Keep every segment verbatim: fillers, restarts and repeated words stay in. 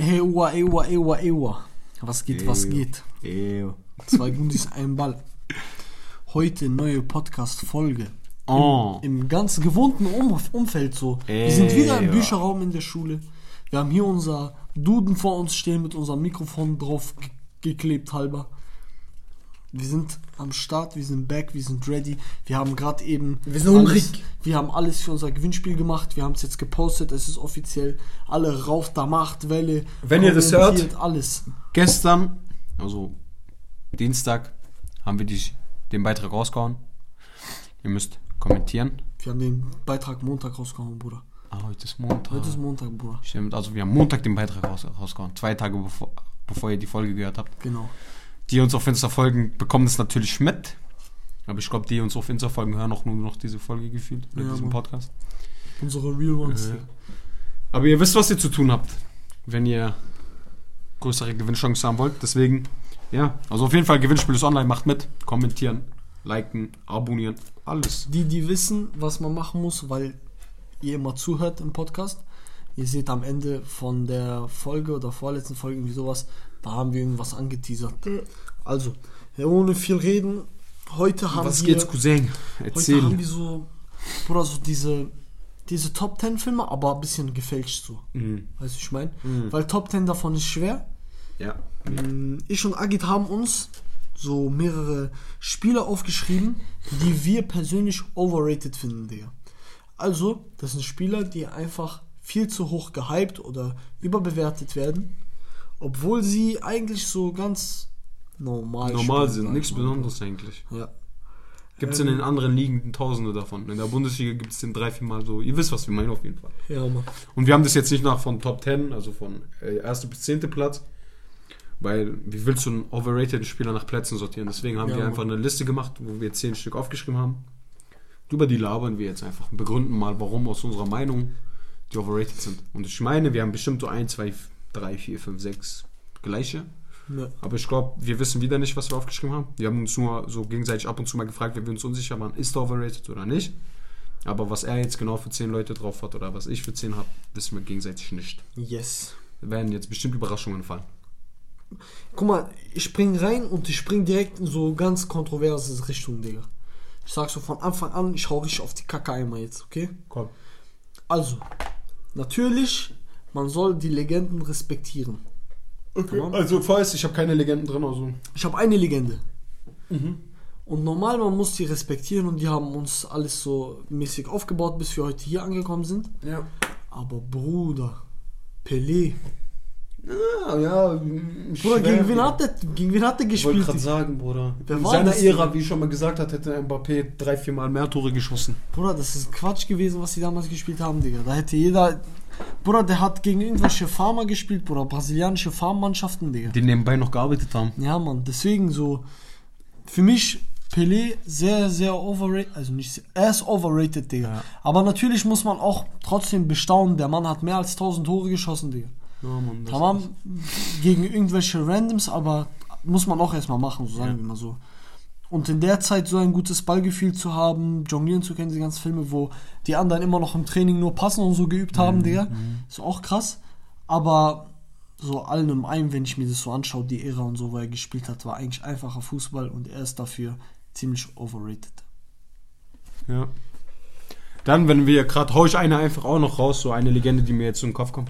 Ewa, ewa, ewa, ewa. Was geht, was Ewa. geht? Ew. Zwei Gundis, ein Ball. Heute neue Podcast-Folge. Oh. Im, Im ganz gewohnten um- Umfeld so. Ewa. Wir sind wieder im Bücherraum in der Schule. Wir haben hier unser Duden vor uns stehen mit unserem Mikrofon drauf ge- geklebt halber. Wir sind am Start, wir sind back, wir sind ready. Wir haben gerade eben Wir sind alles, hungrig. wir haben alles für unser Gewinnspiel gemacht. Wir haben es jetzt gepostet, es ist offiziell. Alle rauf, da macht Welle. Wenn ihr das hört, kommentiert, alles. Gestern, also Dienstag, haben wir die, den Beitrag rausgehauen. Ihr müsst kommentieren. Wir haben den Beitrag Montag rausgehauen, Bruder. Ah, heute ist Montag. Heute ist Montag, Bruder. Stimmt, also wir haben Montag den Beitrag raus, rausgehauen. Zwei Tage bevor, bevor ihr die Folge gehört habt. Genau. Die uns auf Insta folgen, bekommen das natürlich mit. Aber ich glaube, die uns auf Insta folgen, hören auch nur noch diese Folge gefühlt. Oder Ja, diesen Mann. Podcast. Unsere Real Ones. Ja. Aber ihr wisst, was ihr zu tun habt, wenn ihr größere Gewinnchancen haben wollt. Deswegen, ja, also auf jeden Fall, Gewinnspiel ist online, macht mit, kommentieren, liken, abonnieren, alles. Die, die wissen, was man machen muss, weil ihr immer zuhört im Podcast. Ihr seht am Ende von der Folge oder vorletzten Folge irgendwie sowas, da haben wir irgendwas angeteasert. Also, ohne viel reden, heute haben Was wir... geht's, Cousin? Heute Erzähl. haben wir so, Bruder, so diese, diese Top zehn Filme, aber ein bisschen gefälscht so. Mhm. Weißt du, ich meine? Mhm. Weil Top zehn davon ist schwer. Ja. Ich und Agit haben uns so mehrere Spieler aufgeschrieben, die wir persönlich overrated finden, Digga. Also, das sind Spieler, die einfach viel zu hoch gehypt oder überbewertet werden, obwohl sie eigentlich so ganz normal, Normal spielen, sind, sag nichts ich mal. Besonderes eigentlich. Ja. Gibt es Ähm. in den anderen Ligen Tausende davon. In der Bundesliga gibt es den drei, vier Mal so. Ihr wisst, was wir meinen auf jeden Fall. Ja, Mann. Und wir haben das jetzt nicht nach von Top zehn, also von äh, ersten bis zehnten Platz, weil wie willst du einen overrated Spieler nach Plätzen sortieren? Deswegen haben Ja, wir Mann. einfach eine Liste gemacht, wo wir zehn Stück aufgeschrieben haben. Über die labern wir jetzt einfach. Begründen mal, warum aus unserer Meinung die overrated sind. Und ich meine, wir haben bestimmt so ein, zwei, drei, vier, fünf, sechs gleiche. Ja. Aber ich glaube, wir wissen wieder nicht, was wir aufgeschrieben haben. Wir haben uns nur so gegenseitig ab und zu mal gefragt, wenn wir uns unsicher waren, ist er overrated oder nicht. Aber was er jetzt genau für zehn Leute drauf hat oder was ich für zehn habe, wissen wir gegenseitig nicht. Yes. Da werden jetzt bestimmt Überraschungen fallen. Guck mal, ich spring rein und ich spring direkt in so ganz kontroverse Richtung, Digga. Ich sag so von Anfang an, ich hau richtig auf die Kacke einmal jetzt, okay? Komm. Also, natürlich, man soll die Legenden respektieren. Okay. Tamam. Also falls, ich habe keine Legenden drin, also. Ich habe eine Legende. Mhm. Und normal, man muss die respektieren und die haben uns alles so mäßig aufgebaut, bis wir heute hier angekommen sind. Ja. Aber Bruder, Pelé. Ja, ja. Bruder, gegen wen hat der, gegen wen hat der Ich wollte gespielt? gerade sagen, Bruder. Wer In war seiner das Ära, denn? wie ich schon mal gesagt habe, hätte Mbappé drei, vier Mal mehr Tore geschossen. Bruder, das ist Quatsch gewesen, was die damals gespielt haben, Digga. Da hätte jeder... Bruder, der hat gegen irgendwelche Farmer gespielt, Bruder. Brasilianische Farmmannschaften, Digga. Die nebenbei noch gearbeitet haben. Ja, Mann. Deswegen so... Für mich, Pelé, sehr, sehr overrated. Also nicht sehr... Er ist overrated, Digga. Ja. Aber natürlich muss man auch trotzdem bestaunen. Der Mann hat mehr als tausend Tore geschossen, Digga. Ja, Mann, das Tamam, gegen irgendwelche Randoms, aber muss man auch erstmal machen, so sagen Ja. wir mal so. Und in der Zeit so ein gutes Ballgefühl zu haben, jonglieren zu können, die ganzen Filme, wo die anderen immer noch im Training nur passen und so geübt haben, Mhm, Digga, ist auch krass. Aber so allen in einem, wenn ich mir das so anschaue, die Ära und so, wo er gespielt hat, war eigentlich einfacher Fußball und er ist dafür ziemlich overrated. Ja. Dann, wenn wir gerade, hau ich eine einfach auch noch raus, so eine Legende, die mir jetzt so in den Kopf kommt.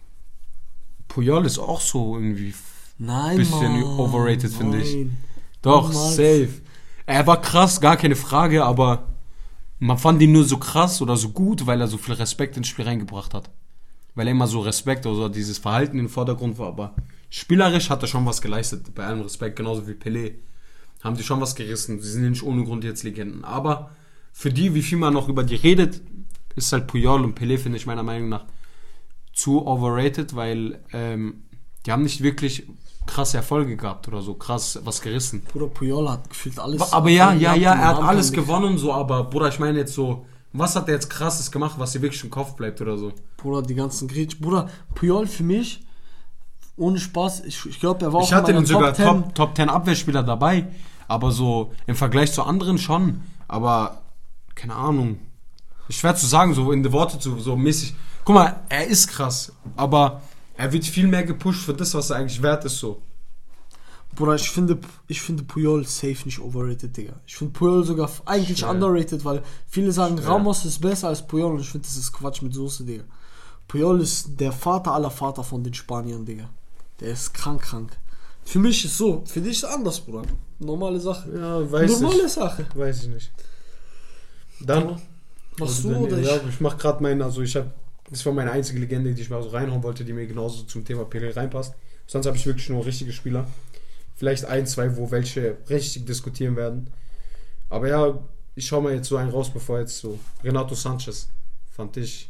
Puyol ist auch so irgendwie Nein, bisschen Mann, overrated, finde ich. nein. Doch, Niemals. safe. Er war krass, gar keine Frage, aber man fand ihn nur so krass oder so gut, weil er so viel Respekt ins Spiel reingebracht hat. Weil er immer so Respekt oder so dieses Verhalten im Vordergrund war, aber spielerisch hat er schon was geleistet, bei allem Respekt, genauso wie Pelé. Haben die schon was gerissen, sie sind nicht ohne Grund jetzt Legenden. Aber für die, wie viel man noch über die redet, ist halt Puyol und Pelé, finde ich meiner Meinung nach, zu overrated, weil ähm, die haben nicht wirklich krasse Erfolge gehabt oder so krass was gerissen. Bruder, Puyol hat gefühlt alles... Aber ja, ja, ja, er hat Anfang alles des- gewonnen so, aber Bruder, ich meine jetzt so, was hat er jetzt krasses gemacht, was dir wirklich im Kopf bleibt oder so? Bruder, die ganzen Gretsch. Bruder, Puyol für mich, ohne Spaß, ich, ich glaube, er war auch Ich hatte in den meiner sogar Top zehn. Top, Top zehn Abwehrspieler dabei, aber so im Vergleich zu anderen schon, aber keine Ahnung. Schwer zu sagen, so in die Worte zu, so mäßig. Guck mal, er ist krass, aber Er wird viel mehr gepusht für das, was er eigentlich wert ist, so. Bruder, ich finde, ich finde Puyol safe nicht overrated, Digga. Ich finde Puyol sogar eigentlich Schwer. underrated, weil viele sagen, Schwer. Ramos ist besser als Puyol und ich finde, das ist Quatsch mit Soße, Digga. Puyol ist der Vater aller Vater von den Spaniern, Digga. Der ist krank, krank. Für mich ist so, für dich ist anders, Bruder. Normale Sache. Ja, weiß Normale ich. Sache. Weiß ich nicht. Dann... Machst also du dann, oder ja, ich? ich mach gerade meinen, also ich habe, das war meine einzige Legende, die ich mal so reinhauen wollte, die mir genauso zum Thema P L reinpasst. Sonst habe ich wirklich nur richtige Spieler. Vielleicht ein, zwei, wo welche richtig diskutieren werden. Aber ja, ich schau mal jetzt so einen raus, bevor jetzt so. Renato Sanchez, fand ich,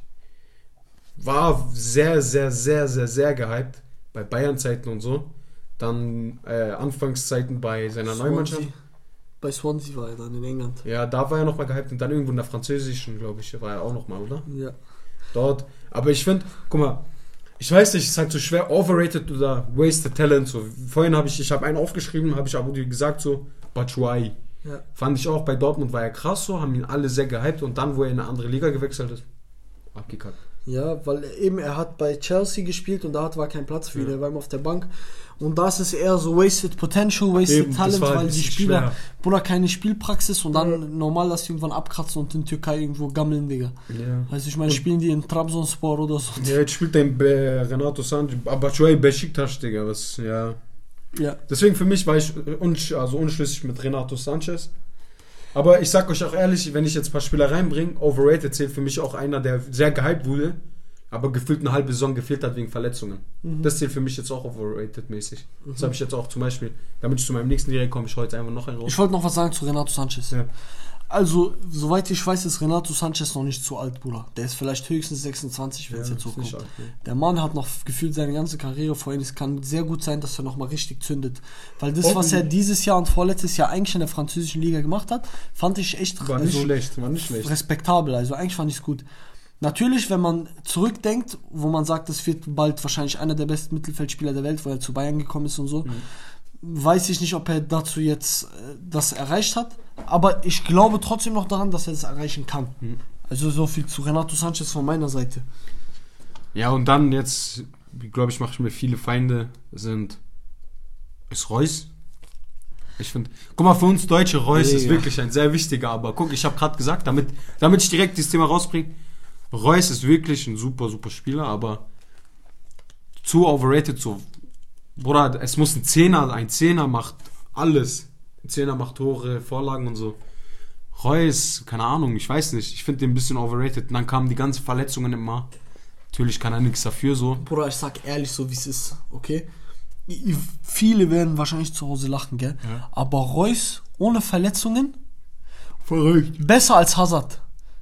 war sehr, sehr, sehr, sehr, sehr gehypt. Bei Bayern-Zeiten und so. Dann äh, Anfangszeiten bei seiner Neumannschaft. Bei Swansea war er dann in England. Ja, da war er nochmal gehypt und dann irgendwo in der französischen, glaube ich, war er auch nochmal, oder? Ja. Dort. Aber ich finde, guck mal, ich weiß nicht, es ist halt so schwer, overrated oder wasted talent. So. Vorhin habe ich, ich habe einen aufgeschrieben, habe ich aber gesagt, so, Batshuayi. Ja. Fand ich auch bei Dortmund, war er krass so, haben ihn alle sehr gehypt und dann, wo er in eine andere Liga gewechselt ist, abgekackt. Ja, weil eben er hat bei Chelsea gespielt und da war kein Platz für ihn, Ja. er war immer auf der Bank. Und das ist eher so wasted potential, wasted Eben, das talent, war ein weil die bisschen Spieler, schwer. Bruder, keine Spielpraxis und dann Ja. normal, dass die irgendwann abkratzen und in Türkei irgendwo gammeln, Digga. Ja. Weißt du, ich meine, spielen die in Trabzonspor oder so. Ja, jetzt spielt ein Be- Renato Sanchez, Batshuayi Besiktas, Digga, was, ja. Ja. Deswegen für mich war ich unsch- also unschlüssig mit Renato Sanchez. Aber ich sag euch auch ehrlich, wenn ich jetzt ein paar Spieler reinbringe, overrated zählt für mich auch einer, der sehr gehypt wurde, aber gefühlt eine halbe Saison gefehlt hat wegen Verletzungen. Mhm. Das zählt für mich jetzt auch overrated mäßig. Das habe ich jetzt auch zum Beispiel, damit ich zu meinem nächsten direkt komme, ich heute einfach noch einen raus. Ich wollte noch was sagen zu Renato Sanchez. Ja. Also, soweit ich weiß, ist Renato Sanchez noch nicht zu alt, Bruder. Der ist vielleicht höchstens sechsundzwanzig, wenn es Ja, jetzt so ist nicht kommt. alt, ne? Der Mann hat noch gefühlt seine ganze Karriere vor ihm. Es kann sehr gut sein, dass er nochmal richtig zündet. Weil das, was er dieses Jahr und vorletztes Jahr eigentlich in der französischen Liga gemacht hat, fand ich echt War nicht also, schlecht, war nicht schlecht. respektabel. Also eigentlich fand ich es gut. Natürlich, wenn man zurückdenkt, wo man sagt, es wird bald wahrscheinlich einer der besten Mittelfeldspieler der Welt, wo er zu Bayern gekommen ist und so, mhm. weiß ich nicht, ob er dazu jetzt äh, das erreicht hat. Aber ich glaube trotzdem noch daran, dass er das erreichen kann. Mhm. Also so viel zu Renato Sanchez von meiner Seite. Ja, und dann jetzt, glaube ich, mache ich mir viele Feinde, sind ist Reus. Ich finde, guck mal, für uns Deutsche, Reus nee, ist ja. wirklich ein sehr wichtiger, aber guck, ich habe gerade gesagt, damit, damit ich direkt dieses Thema rausbringe, Reus ist wirklich ein super, super Spieler, aber zu overrated, so, Bruder, es muss ein Zehner, ein Zehner macht alles. Ein Zehner macht Tore, Vorlagen und so. Reus, keine Ahnung, ich weiß nicht, ich finde den ein bisschen overrated. Und dann kamen die ganzen Verletzungen immer. Natürlich kann er nichts dafür, so. Bruder, ich sag ehrlich so, wie es ist, okay? I- Viele werden wahrscheinlich zu Hause lachen, gell? Ja. Aber Reus ohne Verletzungen Verrückt. besser als Hazard.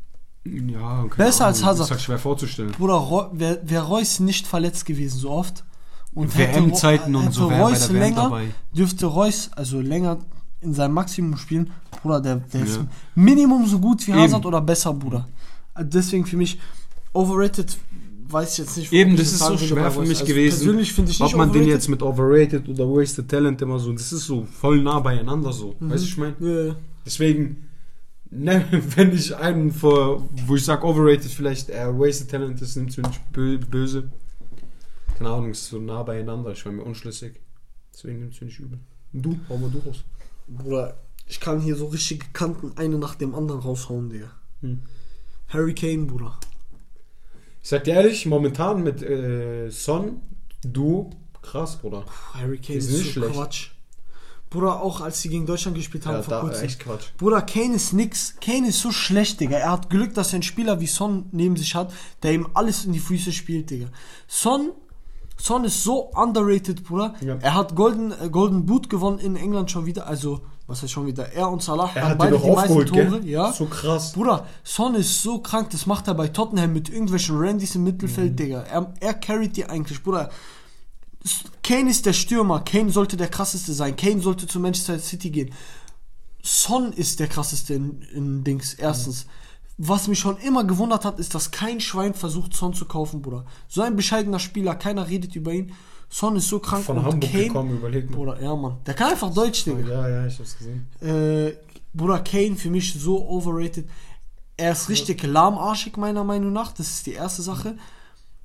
Ja, okay. Besser als Hazard. Das ist halt schwer vorzustellen. Bruder, wäre wär Reus nicht verletzt gewesen so oft und W M-Zeiten und hätte so wäre bei Reus der W M länger, dabei. dürfte Reus also länger in seinem Maximum spielen, Bruder, der, der Ja. ist Minimum so gut wie Hazard Eben. oder besser, Bruder. Also deswegen für mich overrated, weiß ich jetzt nicht. Eben, ob ich das ist sagen so würde schwer bei für Reus. mich Also gewesen, persönlich finde ich ob nicht man den overrated. jetzt mit overrated oder wasted talent immer so, das ist so voll nah beieinander so. Mhm. Weißt du, ich meine? Ja, ja. Deswegen, ne, wenn ich einen vor, wo ich sage overrated, vielleicht eher wasted talent ist, nimmt es mir nicht bö- böse. Keine Ahnung, ist so nah beieinander, ich war mir unschlüssig. Deswegen nimmt es mir nicht übel. Und du, hau mal du raus. Bruder, ich kann hier so richtige Kanten eine nach dem anderen raushauen, Digga. Hm. Harry Kane, Bruder. Ich sag dir ehrlich, momentan mit äh, Son, du, krass, Bruder. Puh, Harry Kane Ist ist, nicht so schlecht. Quatsch. Bruder, auch als sie gegen Deutschland gespielt haben Ja, vor da, kurzem. echt Quatsch. Bruder, Kane ist nix. Kane ist so schlecht, Digga. Er hat Glück, dass er einen Spieler wie Son neben sich hat, der ihm alles in die Füße spielt, Digga. Son, Son ist so underrated, Bruder. Ja. Er hat Golden, äh, Golden Boot gewonnen in England schon wieder. Also, was heißt schon wieder? Er und Salah Er haben hat beide den doch die meisten aufgeholt, Tore. gell? Ja. So krass. Bruder, Son ist so krank. Das macht er bei Tottenham mit irgendwelchen Randys im Mittelfeld, Mhm. Digga. Er, er carryt die eigentlich, Bruder. Kane ist der Stürmer. Kane sollte der krasseste sein. Kane sollte zu Manchester City gehen. Son ist der krasseste in, in Dings. Erstens. Was mich schon immer gewundert hat, ist, dass kein Schwein versucht, Son zu kaufen, Bruder. So ein bescheidener Spieler, keiner redet über ihn. Son ist so krank. Von und Hamburg Kane, gekommen, überleg mal. Bruder, ja, Mann. Der kann einfach Deutsch, Digga. Ja, ja, ich hab's gesehen. Äh, Bruder, Kane für mich so overrated. Er ist richtig lahmarschig, meiner Meinung nach. Das ist die erste Sache.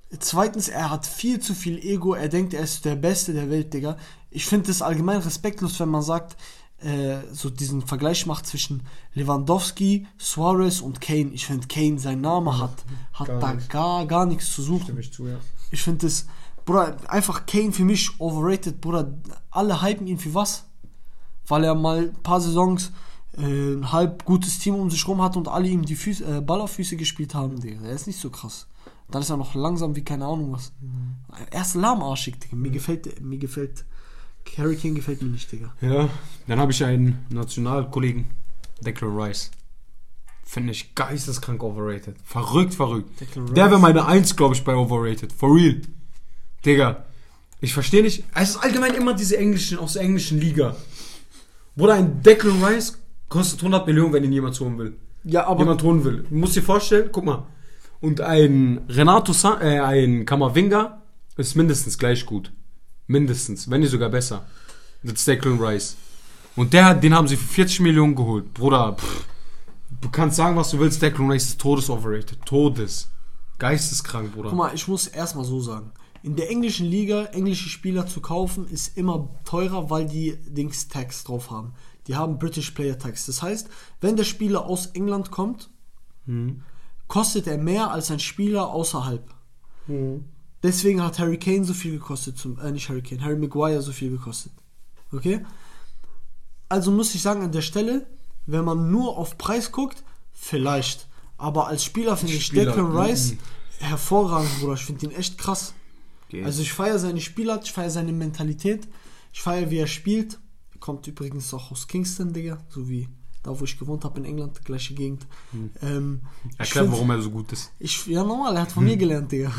Zweitens, er hat viel zu viel Ego. Er denkt, er ist der Beste der Welt, Digga. Ich finde es allgemein respektlos, wenn man sagt, äh, so diesen Vergleich macht zwischen Lewandowski, Suarez und Kane. Ich finde, Kane, sein Name hat, hat Gar da nichts. gar, gar nichts zu suchen. Stimme ich zu, ja. Ich finde es, Bruder, einfach Kane für mich overrated, Bruder. Alle hypen ihn für was? Weil er mal ein paar Saisons äh, ein halb gutes Team um sich rum hat und alle ihm die Füße, äh, Ball auf Füße gespielt haben, Digga. Er ist nicht so krass. Dann ist er noch langsam wie keine Ahnung was. Mhm. Er ist lahmarschig, Digga. Mir gefällt, mir gefällt, Harry Kane gefällt mir nicht, Digga. Ja, dann habe ich einen Nationalkollegen, Declan Rice. Finde ich geisteskrank overrated. Verrückt, verrückt. Declan Rice. Der wäre meine Eins, glaube ich, bei overrated. For real. Digga, ich verstehe nicht. Es ist allgemein immer diese englischen, aus der englischen Liga. Bruder, ein Declan Rice kostet hundert Millionen, wenn ihn jemand holen will. Ja, aber Jemand holen will. Du musst dir vorstellen, guck mal. Und ein Renato, Sa- äh, ein Kamavinga ist mindestens gleich gut. Mindestens, wenn nicht sogar besser. Das ist Declan Rice. Und der, den haben sie für vierzig Millionen geholt. Bruder, pff, du kannst sagen, was du willst, Declan Rice ist todes-overrated. Todes. Geisteskrank, Bruder. guck mal, ich muss erstmal so sagen. In der englischen Liga, englische Spieler zu kaufen, ist immer teurer, weil die Dings-Tags drauf haben. Die haben British Player Tags. Das heißt, wenn der Spieler aus England kommt, Mhm. kostet er mehr als ein Spieler außerhalb. Mhm. Deswegen hat Harry Kane so viel gekostet, zum, äh, nicht Harry Kane, Harry Maguire so viel gekostet. Okay? Also muss ich sagen, an der Stelle, wenn man nur auf Preis guckt, vielleicht. Aber als Spieler finde ich Spieler, Declan Rice mhm. hervorragend, Bruder. Ich finde ihn echt krass. Geht. Also ich feiere seine Spielart, ich feiere seine Mentalität, ich feiere, wie er spielt. Er kommt übrigens auch aus Kingston, Digga, so wie da, wo ich gewohnt habe in England, gleiche Gegend. Mhm. Ähm, ich Erklär, find- warum er so gut ist. ich, ja, normal, er hat von mir gelernt, Digga.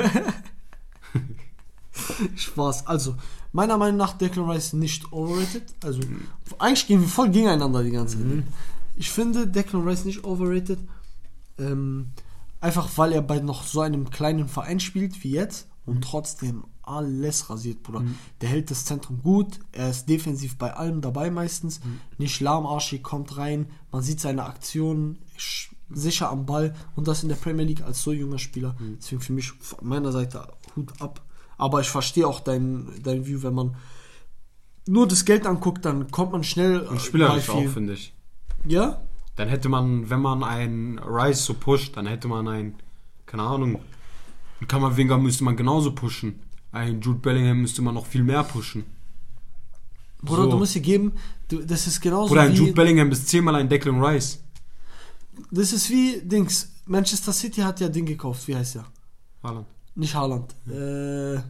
Spaß. Also, meiner Meinung nach Declan Rice nicht overrated. Also, eigentlich gehen wir voll gegeneinander die ganze Zeit. Mhm. Ich finde Declan Rice nicht overrated. Ähm, einfach, weil er bei noch so einem kleinen Verein spielt wie jetzt und trotzdem alles rasiert, Bruder. Mhm. Der hält das Zentrum gut, er ist defensiv bei allem dabei meistens, Mhm. nicht lahmarschig, kommt rein, man sieht seine Aktionen, sch- sicher am Ball und das in der Premier League als so junger Spieler. Mhm. Deswegen für mich von meiner Seite Hut ab. Aber ich verstehe auch dein, dein View, wenn man nur das Geld anguckt, dann kommt man schnell Und bei spielerisch viel. auch, finde ich. Ja? Dann hätte man, wenn man einen Rice so pusht, dann hätte man einen, keine Ahnung, einen Kamavinga müsste man genauso pushen. Einen Jude Bellingham müsste man noch viel mehr pushen. Bruder, So. du musst dir geben, du, das ist genauso Oder ein wie... Jude Bellingham ist zehnmal ein Declan Rice. Das ist wie Dings. Manchester City hat ja Ding gekauft. Wie heißt der? Haaland. Nicht Haaland. Äh,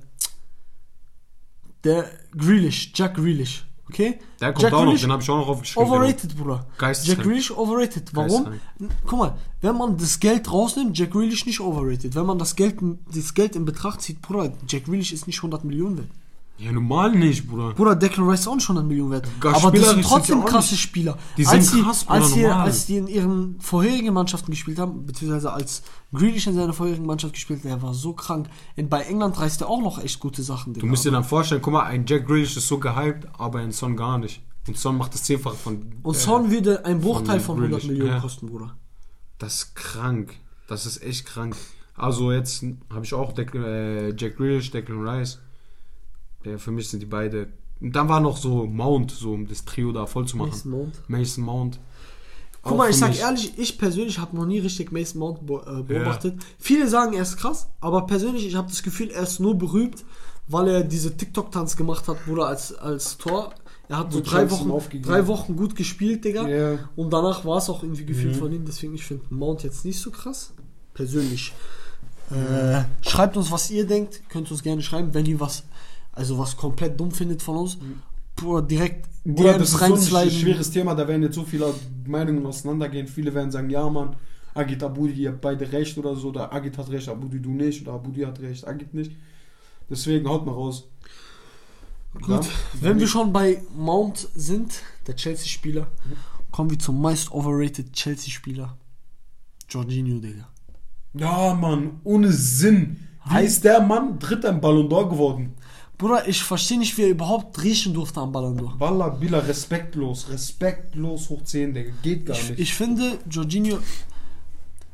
der Grealish. Jack Grealish. Okay? Der kommt Jack auch noch, Grealish, den habe ich auch noch aufgeschrieben. overrated, Bruder. Geisteskrank. Jack Grealish overrated. Warum? Geisteskrank. Guck mal, wenn man das Geld rausnimmt, Jack Grealish nicht overrated. Wenn man das Geld, das Geld in Betracht zieht, Bruder, Jack Grealish ist nicht hundert Millionen wert. Ja, normal nicht, Bruder. Bruder, Declan Rice ist auch nicht hundert Millionen wert. Gar Aber das sind spielerisch sind trotzdem sie auch krasse nicht. Spieler. Die als sind die, krass, Bruder, als, die, normal. als die in ihren vorherigen Mannschaften gespielt haben, beziehungsweise als Grealish in seiner vorherigen Mannschaft gespielt hat, der war so krank. Und bei England reißt er auch noch echt gute Sachen. Du musst dir dann vorstellen, guck mal, ein Jack Grealish ist so gehypt, aber ein Son gar nicht. Und Son macht das Zehnfache von... Und äh, Son würde ein Bruchteil von von hundert Grealish, Millionen ja. kosten, Bruder. Das ist krank. Das ist echt krank. Also jetzt habe ich auch Declan, äh, Jack Grealish, Declan Rice. Ja, für mich sind die beide... Und dann war noch so Mount, so um das Trio da voll zu machen. Mason Mount. Mason Mount. Guck Auch mal, ich für sag mich- ehrlich, ich persönlich habe noch nie richtig Mason Mount be äh, beobachtet. Viele sagen, er ist krass, aber persönlich, ich habe das Gefühl, er ist nur berühmt, weil er diese TikTok-Tanz gemacht hat, Bruder, als, als Tor. Er hat so Mit drei Chancen Wochen, aufgegeben. drei Wochen gut gespielt, Digga. Ja. Und danach war es auch irgendwie gefühlt Mhm. von ihm. Deswegen, ich finde Mount jetzt nicht so krass. Persönlich. Äh, schreibt uns, was ihr denkt. Könnt uns gerne schreiben, wenn ihr was, also was komplett dumm findet von uns. Bruder, direkt Bruder, D Ms das ist so ein reinsliden. schweres Thema, da werden jetzt so viele Meinungen auseinandergehen. Viele werden sagen, ja Mann, Agit, Abudi, ihr habt beide recht oder so. Oder Agit hat recht, Abudi du nicht. Oder Abudi hat recht, Agit nicht. Deswegen haut mal raus. Gut, Ja? wenn wir schon bei Mount sind, der Chelsea-Spieler, kommen wir zum meist overrated Chelsea-Spieler. Jorginho, Digga. Ja, Mann, ohne Sinn. Heißt der Mann dritter im Ballon d'Or geworden. Bruder, ich verstehe nicht, wie er überhaupt riechen durfte am Ballon d'Or. Balla, Bila, respektlos. Respektlos hoch zehn, Digga. Geht gar Ich, nicht. ich finde, Jorginho,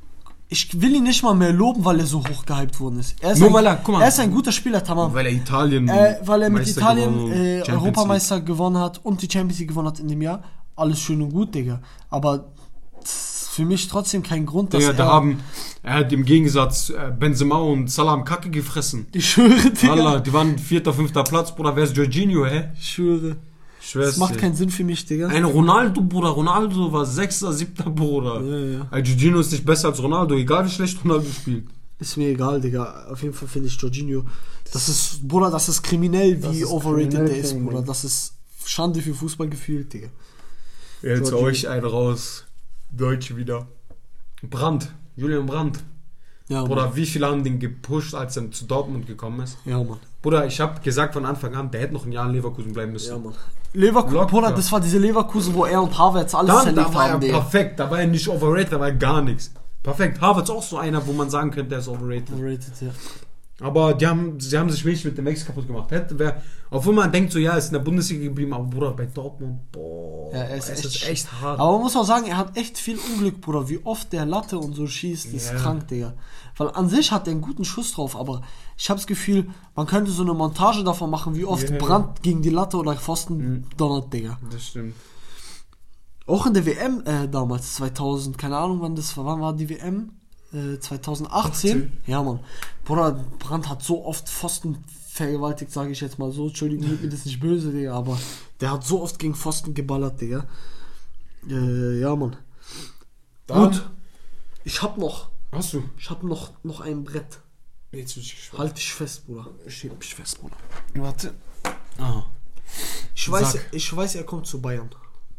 ich will ihn nicht mal mehr loben, weil er so hoch gehypt worden ist. Er ist, Nur ein, weil er- guck mal. er ist ein guter Spieler, tamam. Weil er Italien Äh, weil er mit Meister Italien gewonnen, äh, Champions Europameister gewonnen hat und die Champions League gewonnen hat in dem Jahr. Alles schön und gut, Digga. Aber das ist für mich trotzdem kein Grund, dass Digga, er... da haben, er hat im Gegensatz äh, Benzema und Salah am Kacke gefressen. ich schwöre, Digga. Allah, die waren vierter, fünfter Platz, Bruder, wer ist Jorginho, hä? Ich schwöre. Ich schwör's Das macht dir. keinen Sinn für mich, Digga. Ein Ronaldo, Bruder, Ronaldo war sechster, siebter, Bruder. Ja, ja. Ein Jorginho ist nicht besser als Ronaldo, egal wie schlecht Ronaldo spielt. Ist mir egal, Digga. Auf jeden Fall finde ich Jorginho. Das ist, Bruder, das ist kriminell, Das wie ist overrated kriminell, der ist, Junge. Bruder. Das ist Schande für Fußball gefühlt, Digga. Jetzt Jorginho. euch einen raus. Deutsch wieder. Brandt, Julian Brandt. Ja, Mann. Bruder, wie viele haben den gepusht, als er zu Dortmund gekommen ist? Ja, Mann. Bruder, ich habe gesagt von Anfang an, der hätte noch ein Jahr in Leverkusen bleiben müssen. Ja, Mann. Leverkusen, Locker. Bruder, das war diese Leverkusen, wo er und Havertz alles Dann, zerlegt da war er haben, Digga. perfekt, da war er nicht overrated, da war er gar nichts. Perfekt, Havertz auch so einer, wo man sagen könnte, der ist overrated. Overrated, ja. Aber die haben, sie haben sich wirklich mit dem Max kaputt gemacht. Hätte wer, obwohl man denkt so, ja, ist in der Bundesliga geblieben, aber Bruder, bei Dortmund, boah, Ja, er ist es echt, ist echt hart. Aber man muss auch sagen, er hat echt viel Unglück, Bruder. Wie oft der Latte und so schießt, ist Ja. krank, Digga. Weil an sich hat er einen guten Schuss drauf, aber ich habe das Gefühl, man könnte so eine Montage davon machen, wie oft Ja. Brandt gegen die Latte oder Pfosten Mhm. donnert, Digga. Das stimmt. Auch in der W M äh, damals, zweitausend, keine Ahnung wann das war, wann war die W M? Äh, zweitausendachtzehn? achtzehn. Ja, Mann. Bruder, Brandt hat so oft Pfosten vergewaltigt, sage ich jetzt mal so. Entschuldigung, nehmt mir das nicht böse, Digga, aber der hat so oft gegen Pfosten geballert, Digga. Äh, ja, Mann. Dann, Gut. Ich hab noch, hast du? ich hab noch, noch ein Brett. Jetzt bin ich gespannt. Halt dich fest, Bruder. Schieb dich fest, Bruder. Warte. Ah, Ich weiß, Sag. ich weiß, er kommt zu Bayern.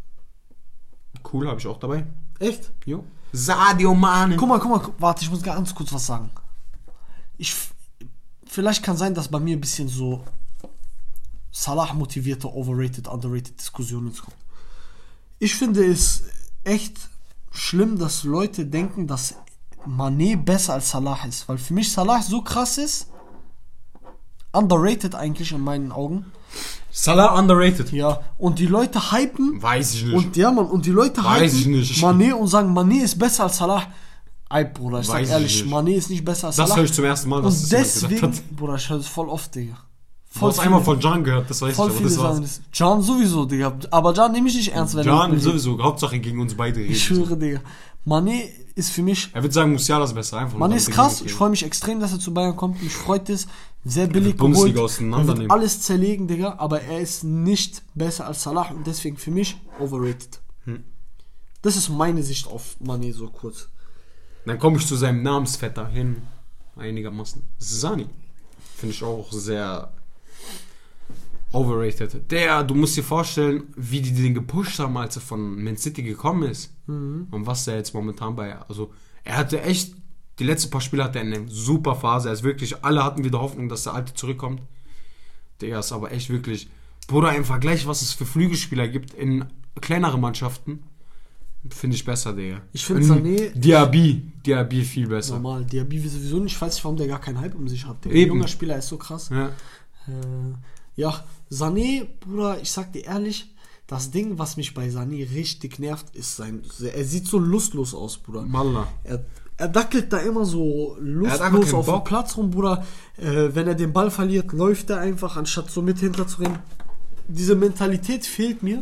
cool, habe ich auch dabei. Echt? Jo. Sadio Mane. Guck mal, guck mal, warte, ich muss ganz kurz was sagen. Ich, vielleicht kann sein, dass bei mir ein bisschen so Salah motivierte, overrated, underrated Diskussionen kommen. Ich finde es echt schlimm, dass Leute denken, dass Mané besser als Salah ist, weil für mich Salah so krass ist, underrated eigentlich in meinen Augen. Salah underrated. Ja, und die Leute hypen Weiß ich nicht. und ja, Mann, und die Leute Weiß ich hypen nicht. Mané und sagen, Mané ist besser als Salah. Ey, Bruder, ich Weiß sag ich ehrlich, nicht. Mané ist nicht besser als Das Salah. höre ich zum ersten Mal, dass Und das jemand deswegen, gesagt hat. Bruder, ich höre das voll oft, Digga. Du Voll hast einmal von Can gehört, das weiß voll ich, aber viele das war's. sagen das. Can sowieso, Digga. Aber Can nehme ich nicht ernst, wenn er Can mit mir redet. sowieso, Hauptsache gegen uns beide reden. Ich schwöre, Digga. Mané ist für mich... Er wird sagen, Musiala ist besser. Einfach Mané nur, ist damit krass. er Ich gegen freue mich extrem, dass er zu Bayern kommt. Mich freut es. Sehr billig wird Bundesliga geholt. Er auseinandernehmen. wird alles zerlegen, Digga. Aber er ist nicht besser als Salah. Und deswegen für mich overrated. Hm. Das ist meine Sicht auf Mané so kurz. Dann komme ich zu seinem Namensvetter hin. Einigermaßen. Sani. Finde ich auch sehr overrated. Der, du musst dir vorstellen, wie die den gepusht haben, als er von Man City gekommen ist. Mhm. Und was er jetzt momentan bei, also er hatte echt, die letzten paar Spiele hatte er eine super Phase. Er ist wirklich, alle hatten wieder Hoffnung, dass der Alte zurückkommt. Der ist aber echt wirklich, Bruder, im Vergleich, was es für Flügelspieler gibt in kleineren Mannschaften, finde ich besser, Digga. Ich finde Und Sané- Diaby, Diaby viel besser. Normal. Diaby sowieso nicht. Ich weiß nicht, warum der gar keinen Hype um sich hat. Der Eben. junger Spieler ist so krass. Ja. Äh, ja, Sané, Bruder, ich sag dir ehrlich, das Ding, was mich bei Sané richtig nervt, ist sein... Er sieht so lustlos aus, Bruder. Malla. Er, er dackelt da immer so Er hat einfach lustlos keinen auf dem Bock. Platz rum, Bruder. Äh, wenn er den Ball verliert, läuft er einfach, anstatt so mit hinterzurennen. Diese Mentalität fehlt mir.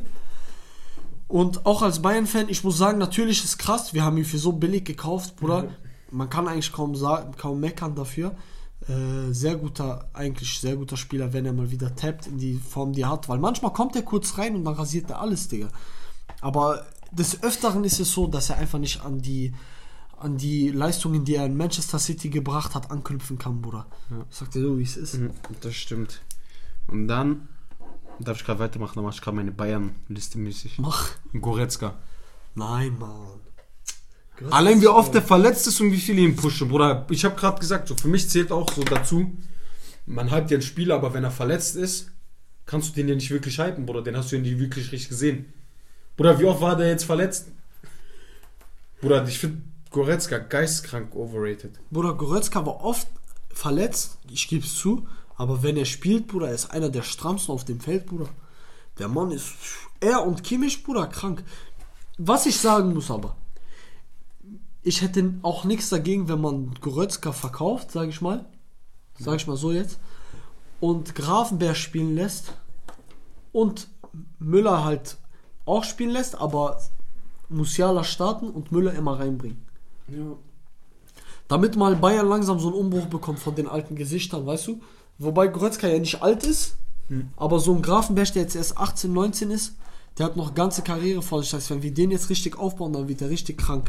Und auch als Bayern-Fan, ich muss sagen, natürlich ist krass, wir haben ihn für so billig gekauft, Bruder. Mhm. Man kann eigentlich kaum sagen, kaum meckern dafür. Äh, sehr guter, eigentlich sehr guter Spieler, wenn er mal wieder tappt in die Form, die er hat. Weil manchmal kommt er kurz rein und dann rasiert er alles, Digga. Aber des Öfteren ist es so, dass er einfach nicht an die an die Leistungen, die er in Manchester City gebracht hat, anknüpfen kann, Bruder. Ja. Ich sag dir so, wie es ist. Mhm, das stimmt. Und dann darf ich gerade weitermachen, dann mache ich gerade meine Bayern-Liste mäßig. Mach. Goretzka. Nein, Mann. Allein wie oft der verletzt ist und wie viele ihn pushen, Bruder. Ich habe gerade gesagt, so für mich zählt auch so dazu, man hypt ja einen Spieler, aber wenn er verletzt ist, kannst du den ja nicht wirklich hypen, Bruder. Den hast du ja nicht wirklich richtig gesehen. Bruder, wie oft war der jetzt verletzt? Bruder, ich finde Goretzka geistkrank overrated. Bruder, Goretzka war oft verletzt, ich gebe es zu, aber wenn er spielt, Bruder, er ist einer der strammsten auf dem Feld, Bruder. Der Mann ist, er und Kimmich, Bruder, krank. Was ich sagen muss aber, ich hätte auch nichts dagegen, wenn man Goretzka verkauft, sage ich mal. Sage ich mal so jetzt. Und Grafenberg spielen lässt. Und Müller halt auch spielen lässt, aber Musiala starten und Müller immer reinbringen. Ja. Damit mal Bayern langsam so einen Umbruch bekommt von den alten Gesichtern, weißt du? Wobei Goretzka ja nicht alt ist, hm. aber so ein Grafenberg, der jetzt erst achtzehn, neunzehn ist, der hat noch ganze Karriere vor sich. Das heißt, wenn wir den jetzt richtig aufbauen, dann wird er richtig krank.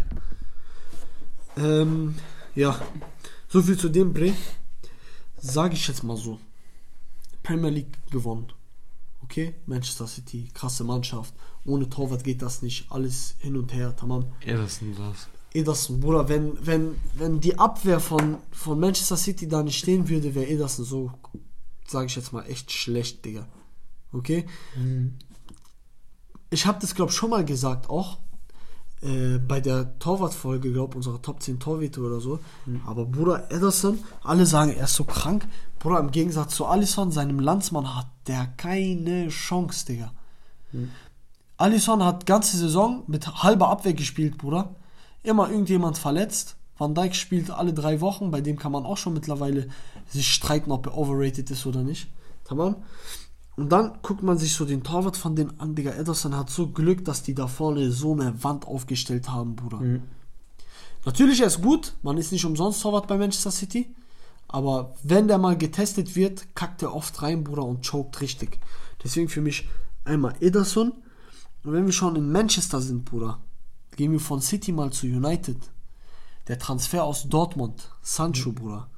Ähm, ja. So viel zu dem Bre. Sage ich jetzt mal so. Premier League gewonnen. Okay? Manchester City, krasse Mannschaft. Ohne Torwart geht das nicht. Alles hin und her, tamam. Ederson das. Ederson, Bruder, wenn, wenn, wenn die Abwehr von, von Manchester City da nicht stehen würde, wäre Ederson so, sage ich jetzt mal, echt schlecht, Digga. Okay? Mhm. Ich habe das, glaube ich, schon mal gesagt, auch äh, bei der Torwartfolge, glaube ich, unserer Top zehn Torhüter oder so. Mhm. Aber Bruder, Ederson, alle sagen, er ist so krank. Bruder, im Gegensatz zu Alisson, seinem Landsmann, hat der keine Chance, Digga. Mhm. Alisson hat ganze Saison mit halber Abwehr gespielt, Bruder. Immer irgendjemand verletzt. Van Dijk spielt alle drei Wochen, bei dem kann man auch schon mittlerweile sich streiten, ob er overrated ist oder nicht. Tamam? Und dann guckt man sich so den Torwart von den an, Digga. Ederson hat so Glück, dass die da vorne so eine Wand aufgestellt haben, Bruder. Mhm. Natürlich, er ist gut. Man ist nicht umsonst Torwart bei Manchester City. Aber wenn der mal getestet wird, kackt er oft rein, Bruder, und choked richtig. Deswegen für mich einmal Ederson. Und wenn wir schon in Manchester sind, Bruder, gehen wir von City mal zu United. Der Transfer aus Dortmund. Sancho, mhm. Bruder.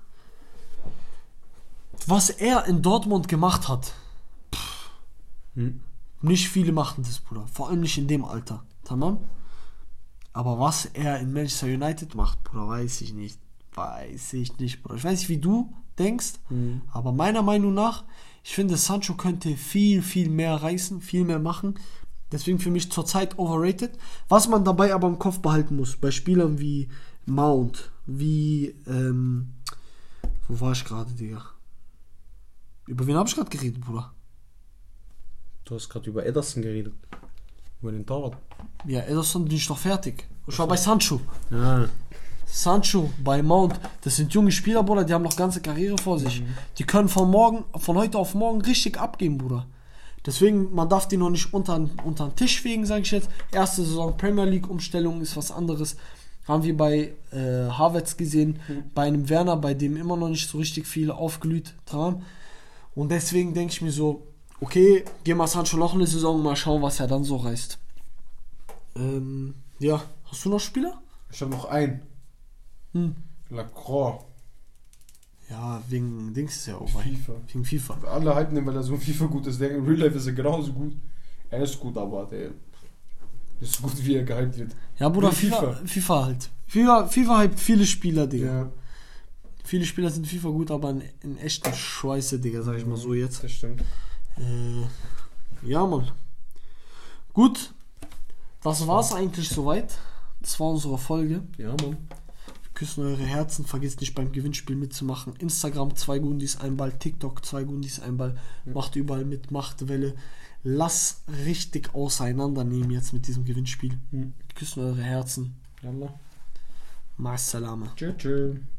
Was er in Dortmund gemacht hat, pff, mhm. nicht viele machen das, Bruder. Vor allem nicht in dem Alter. Tamam? Aber was er in Manchester United macht, Bruder, weiß ich nicht. Weiß ich nicht, Bruder. Ich weiß nicht, wie du denkst, mhm. aber meiner Meinung nach, ich finde, Sancho könnte viel, viel mehr reißen, viel mehr machen. Deswegen für mich zurzeit overrated. Was man dabei aber im Kopf behalten muss, bei Spielern wie Mount, wie, ähm, wo war ich gerade, Digga? Über wen habe ich gerade geredet, Bruder? Du hast gerade über Ederson geredet. Über den Torwart. Ja, Ederson bin ich doch fertig. Ich war bei Sancho. Ja. Sancho, bei Mount, das sind junge Spieler, Bruder, die haben noch ganze Karriere vor sich. Mhm. Die können von morgen, von heute auf morgen richtig abgehen, Bruder. Deswegen, man darf die noch nicht unter, unter den Tisch fegen, sage ich jetzt. Erste Saison Premier League Umstellung ist was anderes. Haben wir bei äh, Havertz gesehen, mhm. bei einem Werner, bei dem immer noch nicht so richtig viel aufglüht. Tamam? Und deswegen denke ich mir so, okay, gehen wir Sancho noch eine Saison, mal schauen, was er dann so reißt. Ähm, ja, hast du noch Spieler? Ich habe noch einen. Hm. Lacroix. Ja, wegen Dings ist ja auch FIFA. Wegen FIFA. Alle halten ihn, weil er so FIFA gut ist. Denken, in Real Life ist er genauso gut. Er ist gut, aber der ist so gut, wie er gehypt wird. Ja, Bruder, FIFA, FIFA, FIFA halt. FIFA, FIFA hypt viele Spieler, Digga. Ja. Viele Spieler sind FIFA gut, aber in, in echter Scheiße, Digga, sag ich mal so jetzt. Das stimmt. Äh, ja, Mann. Gut. Das war's eigentlich soweit. Das war unsere Folge. Ja, Mann. Küssen eure Herzen, vergesst nicht beim Gewinnspiel mitzumachen. Instagram zwei Gundis, ein Ball, TikTok zwei Gundis, ein Ball. Mhm. Macht überall mit, macht Welle. Lass richtig auseinandernehmen jetzt mit diesem Gewinnspiel. Mhm. Küssen eure Herzen. Yallah. Ma'as salama. Tschüss.